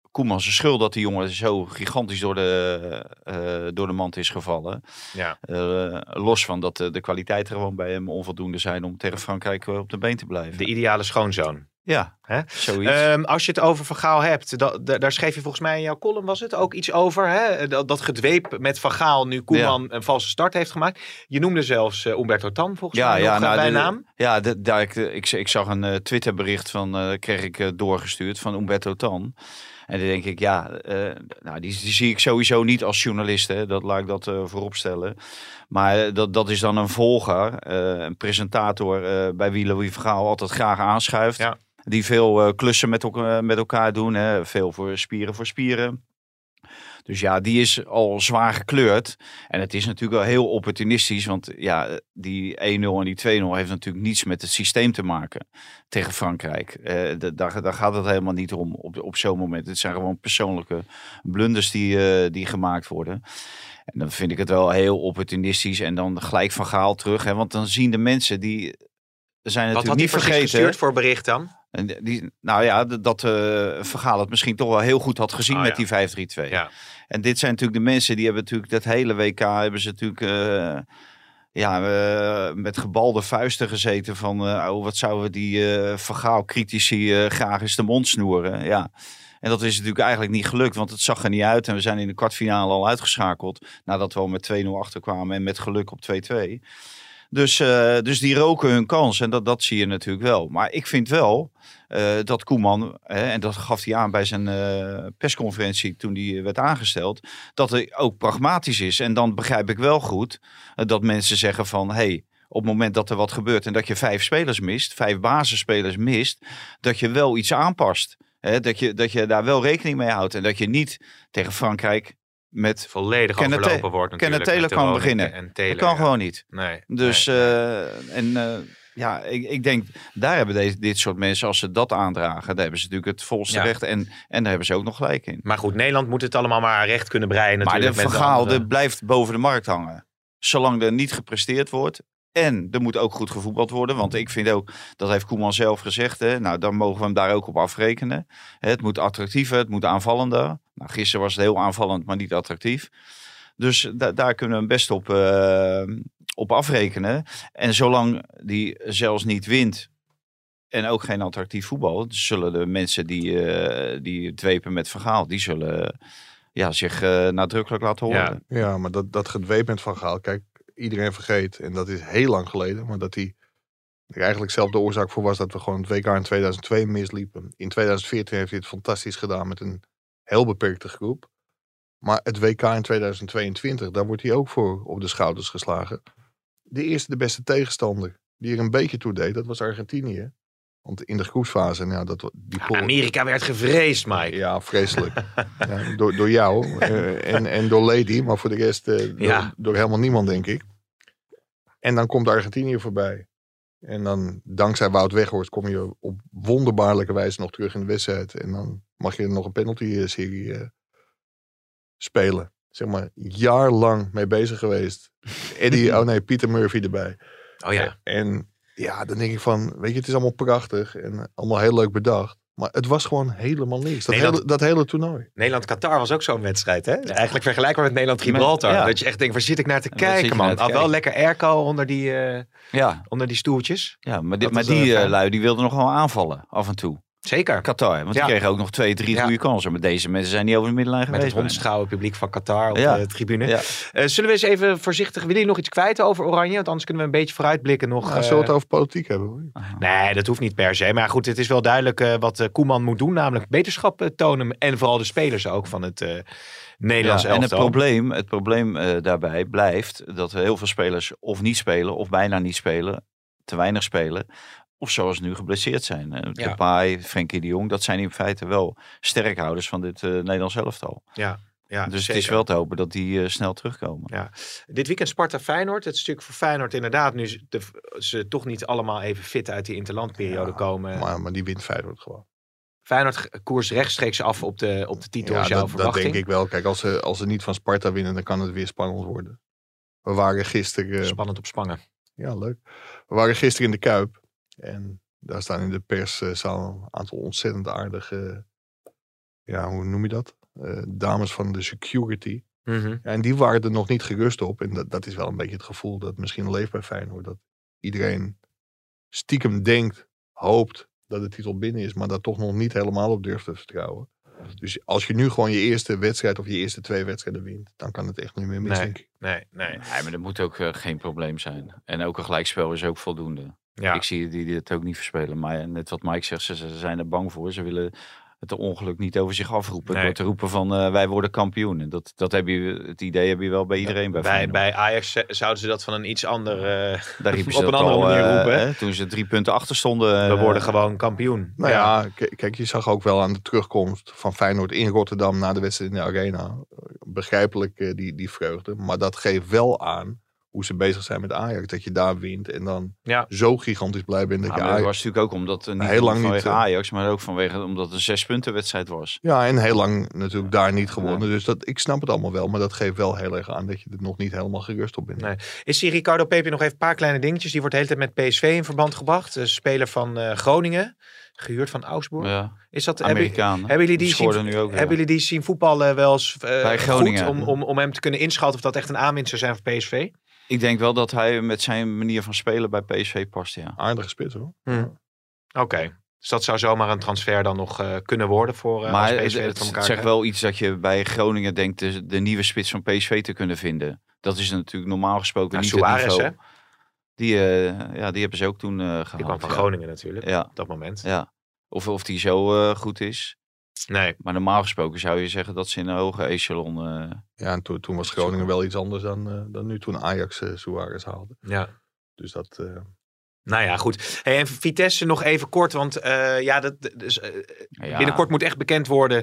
Koeman zijn schuld dat die jongen zo gigantisch door de mand is gevallen. Ja. Los van dat de kwaliteiten gewoon bij hem onvoldoende zijn om tegen Frankrijk op de been te blijven. De ideale schoonzoon. Ja, Hè? zoiets. Als je het over Van Gaal hebt, daar schreef je volgens mij in jouw column, was het ook iets over, hè? Dat gedweep met Van Gaal nu Koeman een valse start heeft gemaakt. Je noemde zelfs Umberto Tan volgens mij nog bij naam. Ja, ik zag een Twitterbericht kreeg ik doorgestuurd van Umberto Tan. En dan denk ik, die zie ik sowieso niet als journalist. Hè. Dat laat ik dat voorop stellen. Maar dat is dan een volger, een presentator bij wie Louis van Gaal altijd graag aanschuift. Ja. Die veel klussen met elkaar doen. Hè. Veel voor spieren. Dus ja, die is al zwaar gekleurd. En het is natuurlijk wel heel opportunistisch. Want ja, die 1-0 en die 2-0 heeft natuurlijk niets met het systeem te maken tegen Frankrijk. Daar gaat het helemaal niet om op zo'n moment. Het zijn gewoon persoonlijke blunders die gemaakt worden. En dan vind ik het wel heel opportunistisch. En dan gelijk Van Gaal terug. Hè, want dan zien de mensen die zijn natuurlijk niet vergeten. Wat had hij gestuurd voor bericht dan? Dat Van Gaal het misschien toch wel heel goed had gezien met die 5-3-2. Ja. En dit zijn natuurlijk de mensen die hebben natuurlijk dat hele WK hebben ze natuurlijk met gebalde vuisten gezeten van wat zouden die Van Gaal critici graag eens de mond snoeren. Ja. En dat is natuurlijk eigenlijk niet gelukt, want het zag er niet uit. En we zijn in de kwartfinale al uitgeschakeld nadat we al met 2-0 achterkwamen en met geluk op 2-2. Dus die roken hun kans en dat zie je natuurlijk wel. Maar ik vind wel dat Koeman, en dat gaf hij aan bij zijn persconferentie toen hij werd aangesteld, dat hij ook pragmatisch is. En dan begrijp ik wel goed dat mensen zeggen van, hey, op het moment dat er wat gebeurt en dat je 5 basisspelers mist, dat je wel iets aanpast. Dat je daar wel rekening mee houdt en dat je niet tegen Frankrijk met volledig overlopen wordt natuurlijk. Kenneth Taylor kan beginnen. Dat kan gewoon niet. Nee. Dus ik denk, daar hebben dit soort mensen, als ze dat aandragen, daar hebben ze natuurlijk het volste recht en daar hebben ze ook nog gelijk in. Maar goed, Nederland moet het allemaal maar recht kunnen breien natuurlijk. Maar de Van Gaal blijft boven de markt hangen. Zolang er niet gepresteerd wordt. En er moet ook goed gevoetbald worden. Want ik vind ook, dat heeft Koeman zelf gezegd. Hè, nou, dan mogen we hem daar ook op afrekenen. Het moet attractiever, het moet aanvallender. Nou, gisteren was het heel aanvallend, maar niet attractief. Dus daar kunnen we hem best op afrekenen. En zolang die zelfs niet wint en ook geen attractief voetbal, zullen de mensen die dwepen met Van Gaal, die zullen zich nadrukkelijk laten horen. Ja, maar dat gedweep met Van Gaal, kijk, iedereen vergeet, en dat is heel lang geleden, maar dat hij er eigenlijk zelf de oorzaak voor was dat we gewoon het WK in 2002 misliepen. In 2014 heeft hij het fantastisch gedaan met een heel beperkte groep. Maar het WK in 2022, daar wordt hij ook voor op de schouders geslagen. De beste tegenstander die er een beetje toe deed, dat was Argentinië. Want in de groepsfase, Amerika werd gevreesd, Mike. Ja, vreselijk. Door jou en door Lady, maar voor de rest door helemaal niemand, denk ik. En dan komt Argentinië voorbij. En dan, dankzij Wout Weghorst, kom je op wonderbaarlijke wijze nog terug in de wedstrijd. En dan mag je nog een penalty-serie spelen. Zeg maar, jaarlang mee bezig geweest. Peter Murphy erbij. Oh ja. En ja, dan denk ik van, weet je, het is allemaal prachtig en allemaal heel leuk bedacht. Maar het was gewoon helemaal niks. Dat hele toernooi. Nederland-Qatar was ook zo'n wedstrijd, hè? Ja. Eigenlijk vergelijkbaar met Nederland-Gibraltar. Ja. Dat je echt denkt, waar zit ik naar te kijken, man? Wel lekker airco onder die stoeltjes. Ja, maar die lui, die wilden nog wel aanvallen, af en toe. Zeker. Qatar, want die kregen ook nog 2-3 goede kansen. Maar deze mensen zijn niet over de middenlijn geweest. Met het hondschouwen publiek van Qatar op de tribune. Ja. Zullen we eens even voorzichtig... Willen jullie nog iets kwijt over Oranje? Want anders kunnen we een beetje vooruitblikken nog. Zullen we het over politiek hebben? Hoor? Nee, dat hoeft niet per se. Maar goed, het is wel duidelijk wat Koeman moet doen. Namelijk beterschap tonen. En vooral de spelers ook van het Nederlands elftal. En het probleem daarbij blijft dat er heel veel spelers of niet spelen of bijna niet spelen. Te weinig spelen. Of zoals nu geblesseerd zijn. Depay, Frenkie de Jong. Dat zijn in feite wel sterkhouders van dit Nederlands elftal. Ja, dus zeker. Het is wel te hopen dat die snel terugkomen. Ja. Dit weekend Sparta-Feyenoord. Het is natuurlijk voor Feyenoord inderdaad nu ze toch niet allemaal even fit uit die interlandperiode komen. Maar die wint Feyenoord gewoon. Feyenoord koers rechtstreeks af op de titel is jouw verwachting. Dat denk ik wel. Kijk, als ze niet van Sparta winnen, dan kan het weer spannend worden. We waren gisteren... Spannend op Spangen. Ja, leuk. We waren gisteren in de Kuip. En daar staan in de perszaal een aantal ontzettend aardige hoe noem je dat? Dames van de security. Mhm. Ja, en die waren er nog niet gerust op. En dat is wel een beetje het gevoel dat misschien leeft bij Feyenoord. Dat iedereen stiekem denkt, hoopt dat de titel binnen is. Maar daar toch nog niet helemaal op durft te vertrouwen. Dus als je nu gewoon je eerste wedstrijd of je eerste 2 wedstrijden wint. Dan kan het echt niet meer mis, denk ik. Nee. Nee, maar dat moet ook geen probleem zijn. En ook een gelijkspel is ook voldoende. Ja. Ik zie die het ook niet verspelen. Maar net wat Mike zegt, ze zijn er bang voor. Ze willen het ongeluk niet over zich afroepen. Nee. Door te roepen van wij worden kampioen. En dat heb je, het idee heb je wel bij iedereen. Bij Ajax zouden ze dat van een iets ander Daar riepen ze op een dat andere al, manier roepen. Hè? Toen ze 3 punten achter stonden. We worden gewoon kampioen. Nou ja, kijk, je zag ook wel aan de terugkomst van Feyenoord in Rotterdam na de wedstrijd in de Arena. Begrijpelijk die vreugde. Maar dat geeft wel aan hoe ze bezig zijn met Ajax. Dat je daar wint en dan zo gigantisch blij bent dat je maar Ajax... dat was natuurlijk ook omdat niet heel lang vanwege niet, Ajax, maar ook vanwege omdat het een 6 punten wedstrijd was. Ja, en heel lang natuurlijk daar niet gewonnen. Dus ik snap het allemaal wel. Maar dat geeft wel heel erg aan dat je er nog niet helemaal gerust op bent. Nee. Is die Ricardo Pepi nog even een paar kleine dingetjes? Die wordt de hele tijd met PSV in verband gebracht. De speler van Groningen. Gehuurd van Augsburg. Ja. Is dat Amerikaan. Hebben jullie die zien voetballen wel eens bij Groningen goed om hem te kunnen inschatten of dat echt een aanwinst zou zijn voor PSV? Ik denk wel dat hij met zijn manier van spelen bij PSV past, ja. Aardige spits hoor. Oké. Dus dat zou zomaar een transfer dan nog kunnen worden voor maar als PSV het zegt wel iets dat je bij Groningen denkt de nieuwe spits van PSV te kunnen vinden. Dat is natuurlijk normaal gesproken niet Suarez, het niveau. Hè? Die hebben ze ook toen gehaald. Die kwam van Groningen natuurlijk, op dat moment. Ja. Of die zo goed is. Nee. Maar normaal gesproken zou je zeggen dat ze in een hoge echelon... Ja, en toen was Groningen wel iets anders dan nu toen Ajax Suarez haalde. Ja. Dus dat... Nou ja, goed. Hey, en Vitesse nog even kort, want binnenkort moet echt bekend worden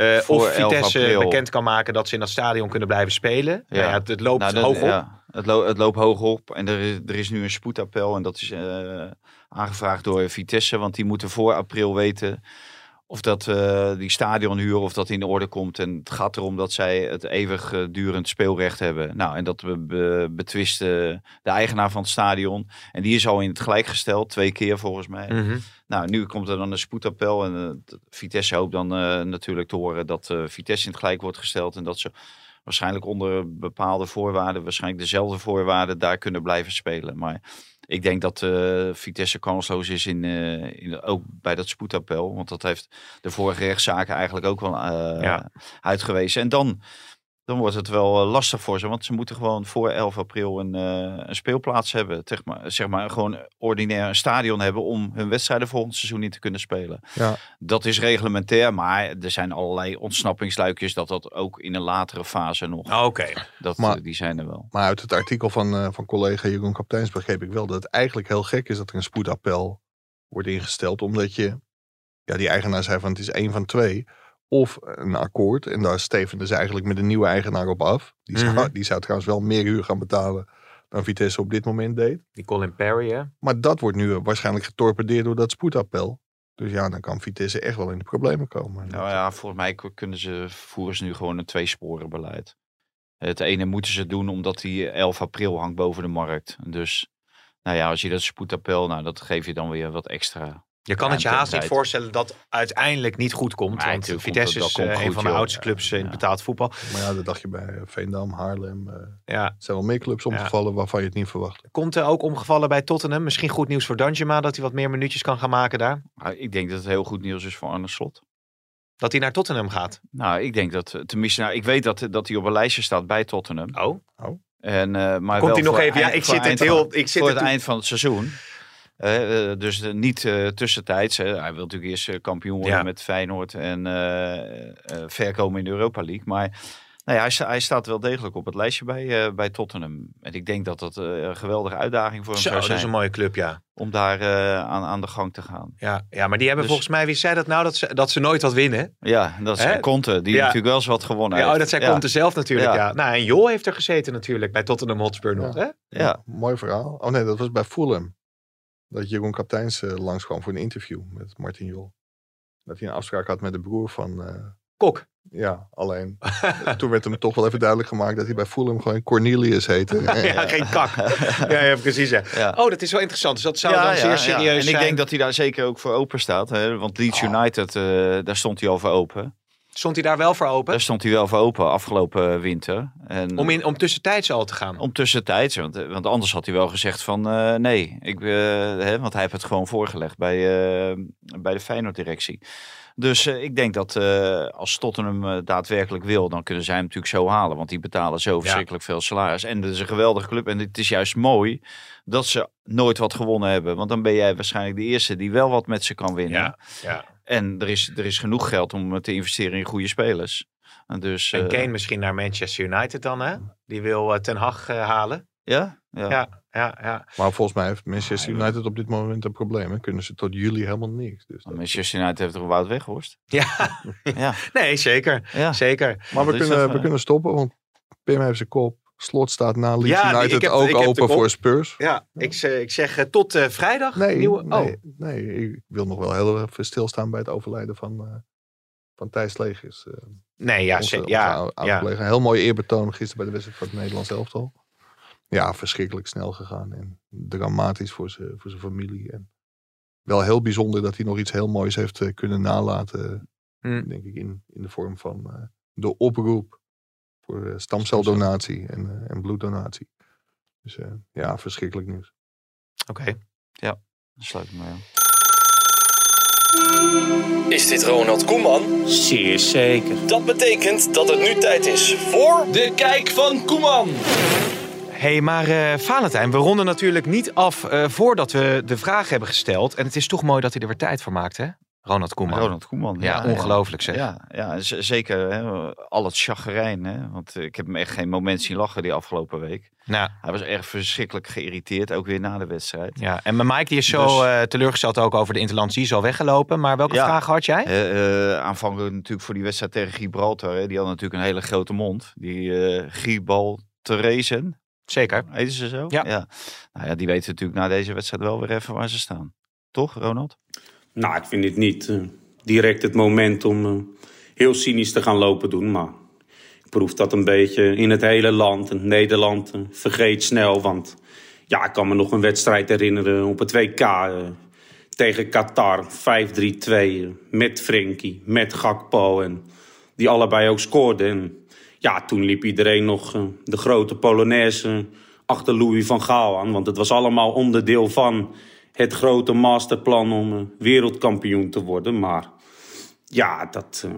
of Vitesse bekend kan maken dat ze in dat stadion kunnen blijven spelen. Ja. Nou ja, het loopt hoog op. Ja, het loopt hoog op en er is nu een spoedappel en dat is aangevraagd door Vitesse, want die moeten voor april weten of dat die stadionhuur of dat in orde komt. En het gaat erom dat zij het eeuwigdurend speelrecht hebben. Nou, en dat we betwisten de eigenaar van het stadion. En die is al in het gelijk gesteld, 2 keer volgens mij. Mm-hmm. Nou, nu komt er dan een spoedappel. En Vitesse hoopt dan natuurlijk te horen dat Vitesse in het gelijk wordt gesteld. En dat ze waarschijnlijk onder bepaalde voorwaarden, waarschijnlijk dezelfde voorwaarden, daar kunnen blijven spelen. Maar ik denk dat Vitesse kansloos is ook bij dat spoedappel. Want dat heeft de vorige rechtszaken eigenlijk ook wel uitgewezen. En dan wordt het wel lastig voor ze. Want ze moeten gewoon voor 11 april een speelplaats hebben. Zeg maar gewoon ordinair een stadion hebben om hun wedstrijden volgend seizoen niet te kunnen spelen. Ja. Dat is reglementair, maar er zijn allerlei ontsnappingsluikjes dat ook in een latere fase nog. Oké. Die zijn er wel. Maar uit het artikel van collega Jeroen Kapteins begreep ik wel dat het eigenlijk heel gek is dat er een spoedappel wordt ingesteld. Omdat die eigenaar zei van het is 1 van 2. Of een akkoord. En daar stevenden ze eigenlijk met een nieuwe eigenaar op af. Die zou trouwens wel meer huur gaan betalen dan Vitesse op dit moment deed. Die Colin Perry, hè? Maar dat wordt nu waarschijnlijk getorpedeerd door dat spoedappel. Dus ja, dan kan Vitesse echt wel in de problemen komen. Nou ja, volgens mij voeren ze nu gewoon een 2-sporenbeleid. Het ene moeten ze doen omdat die 11 april hangt boven de markt. Dus nou ja, als je dat spoedappel, dat geef je dan weer wat extra. Je kan het je haast niet voorstellen dat uiteindelijk niet goed komt. Nee, want Vitesse is een van de oudste clubs in betaald voetbal. Maar ja, dat dacht je bij Veendam, Haarlem. Er zijn wel meer clubs omgevallen waarvan je het niet verwacht. Komt er ook omgevallen bij Tottenham? Misschien goed nieuws voor Danjuma, dat hij wat meer minuutjes kan gaan maken daar? Ik denk dat het heel goed nieuws is voor Arne Slot. Dat hij naar Tottenham gaat? Nou, ik denk dat, tenminste, ik weet dat hij op een lijstje staat bij Tottenham. Oh. En, maar komt wel hij nog even? Ja, ik zit het heel... Voor het eind van het seizoen. Dus niet tussentijds. Hij wil natuurlijk eerst kampioen worden met Feyenoord en ver komen in de Europa League. Maar nou ja, hij staat wel degelijk op het lijstje bij Tottenham. En ik denk dat dat een geweldige uitdaging voor hem zou zijn. Dat is een mooie club, ja. Om daar aan de gang te gaan. Ja, maar die hebben volgens mij, wie zei dat nou, dat ze nooit wat winnen? Ja, dat is Conte, die natuurlijk wel eens wat gewonnen heeft. Ja, dat zei Conte zelf natuurlijk, ja. Nou, en Jol heeft er gezeten natuurlijk bij Tottenham Hotspur nog, hè? Ja, mooi verhaal. Oh nee, dat was bij Fulham. Dat Jeroen Kapteins langskwam voor een interview met Martin Jol. Dat hij een afspraak had met de broer van... Kok. Ja, alleen toen werd hem toch wel even duidelijk gemaakt dat hij bij Fulham gewoon Cornelius heette. Ja, geen kak. Ja, precies. Ja. Oh, dat is wel interessant. Dus dat zou dan zeer serieus zijn. En ik denk dat hij daar zeker ook voor open staat. Hè? Want Leeds United, daar stond hij al voor open. Stond hij daar wel voor open? Daar stond hij wel voor open afgelopen winter. En, Om tussentijds al te gaan? Om tussentijds, want anders had hij wel gezegd van nee. Want hij heeft het gewoon voorgelegd bij de Feyenoord-directie. Dus ik denk dat als Tottenham daadwerkelijk wil, dan kunnen zij hem natuurlijk zo halen. Want die betalen zo verschrikkelijk veel salaris. En het is een geweldige club. En het is juist mooi dat ze nooit wat gewonnen hebben. Want dan ben jij waarschijnlijk de eerste die wel wat met ze kan winnen. Ja. En er is genoeg geld om te investeren in goede spelers. Dus, en Kane misschien naar Manchester United dan, hè? Die wil Ten Hag halen. Ja. Maar volgens mij heeft Manchester United op dit moment een probleem. Hè? Kunnen ze tot juli helemaal niks. Dus Manchester United heeft toch Wout Weghorst? Ja. Nee, zeker. Ja. Zeker. Maar we kunnen stoppen, want Pim heeft zijn kop. Slot staat na Leeds United ook open voor Spurs. Ja, ik zeg tot vrijdag. Nee, ik wil nog wel heel even stilstaan bij het overlijden van Thijs Legers. Een heel mooi eerbetoon gisteren bij de wedstrijd van het Nederlands elftal. Ja, verschrikkelijk snel gegaan en dramatisch voor zijn familie. En wel heel bijzonder dat hij nog iets heel moois heeft kunnen nalaten. Denk ik in de vorm van de oproep voor stamceldonatie en bloeddonatie. Dus verschrikkelijk nieuws. Oké. Ja, dat sluit ik mee aan. Is dit Ronald Koeman? Zeer zeker. Dat betekent dat het nu tijd is voor de Kijk van Koeman. Hey, maar Valentijn, we ronden natuurlijk niet af voordat we de vraag hebben gesteld. En het is toch mooi dat hij er weer tijd voor maakt, hè? Ronald Koeman. Ja, ongelooflijk zeg. Ja, zeker hè, al het chagrijn. Hè, want ik heb hem echt geen moment zien lachen die afgelopen week. Nou. Hij was erg verschrikkelijk geïrriteerd, ook weer na de wedstrijd. Ja, en Mike die is zo teleurgesteld ook over de interland. Die is al weggelopen. Maar welke vragen had jij? Aanvankelijk natuurlijk voor die wedstrijd tegen Gibraltar. Hè, die had natuurlijk een hele grote mond. Die Gibraltarezen. Zeker. Heten ze zo? Ja. Nou ja, die weten natuurlijk na deze wedstrijd wel weer even waar ze staan. Toch, Ronald? Nou, ik vind dit niet direct het moment om heel cynisch te gaan lopen doen. Maar ik proef dat een beetje in het hele land. En Nederland vergeet snel. Want ja, ik kan me nog een wedstrijd herinneren op het WK tegen Qatar. 5-3-2 met Frenkie, met Gakpo. En die allebei ook scoorden. En ja, toen liep iedereen nog de grote Polonaise achter Louis van Gaal aan. Want het was allemaal onderdeel van het grote masterplan om wereldkampioen te worden. Maar ja,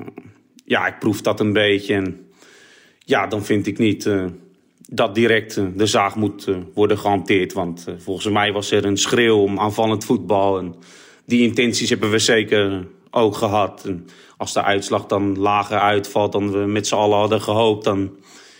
ik proef dat een beetje. En ja, dan vind ik niet dat direct de zaag moet worden gehanteerd. Want volgens mij was er een schreeuw om aanvallend voetbal. En die intenties hebben we zeker ook gehad. En als de uitslag dan lager uitvalt dan we met z'n allen hadden gehoopt, dan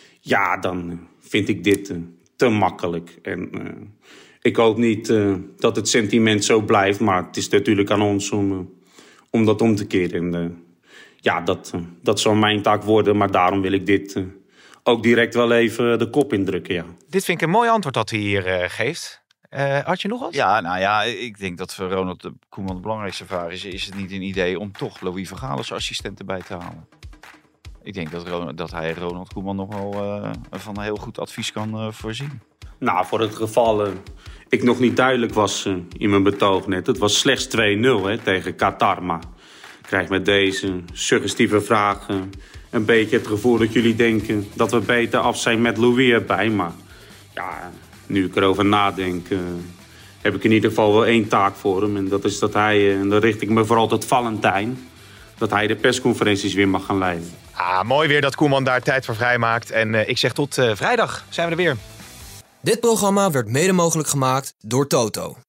vind ik dit te makkelijk. En ik hoop niet dat het sentiment zo blijft, maar het is natuurlijk aan ons om dat om te keren. En dat zal mijn taak worden, maar daarom wil ik dit ook direct wel even de kop indrukken. Ja. Dit vind ik een mooi antwoord dat hij hier geeft. Had je nog wat? Ja, nou ja, ik denk dat voor Ronald Koeman de belangrijkste vraag is het niet een idee om toch Louis van Gaal als assistent erbij te halen? Ik denk dat hij Ronald Koeman nog wel van een heel goed advies kan voorzien. Nou, voor het geval ik nog niet duidelijk was in mijn betoog net. Het was slechts 2-0 tegen Qatar. Maar ik krijg met deze suggestieve vraag een beetje het gevoel dat jullie denken dat we beter af zijn met Louis erbij. Maar ja, nu ik erover nadenk, heb ik in ieder geval wel één taak voor hem. En dat is dat hij, en dan richt ik me vooral tot Valentijn, dat hij de persconferenties weer mag gaan leiden. Mooi weer dat Koeman daar tijd voor vrijmaakt. En ik zeg tot vrijdag zijn we er weer. Dit programma werd mede mogelijk gemaakt door Toto.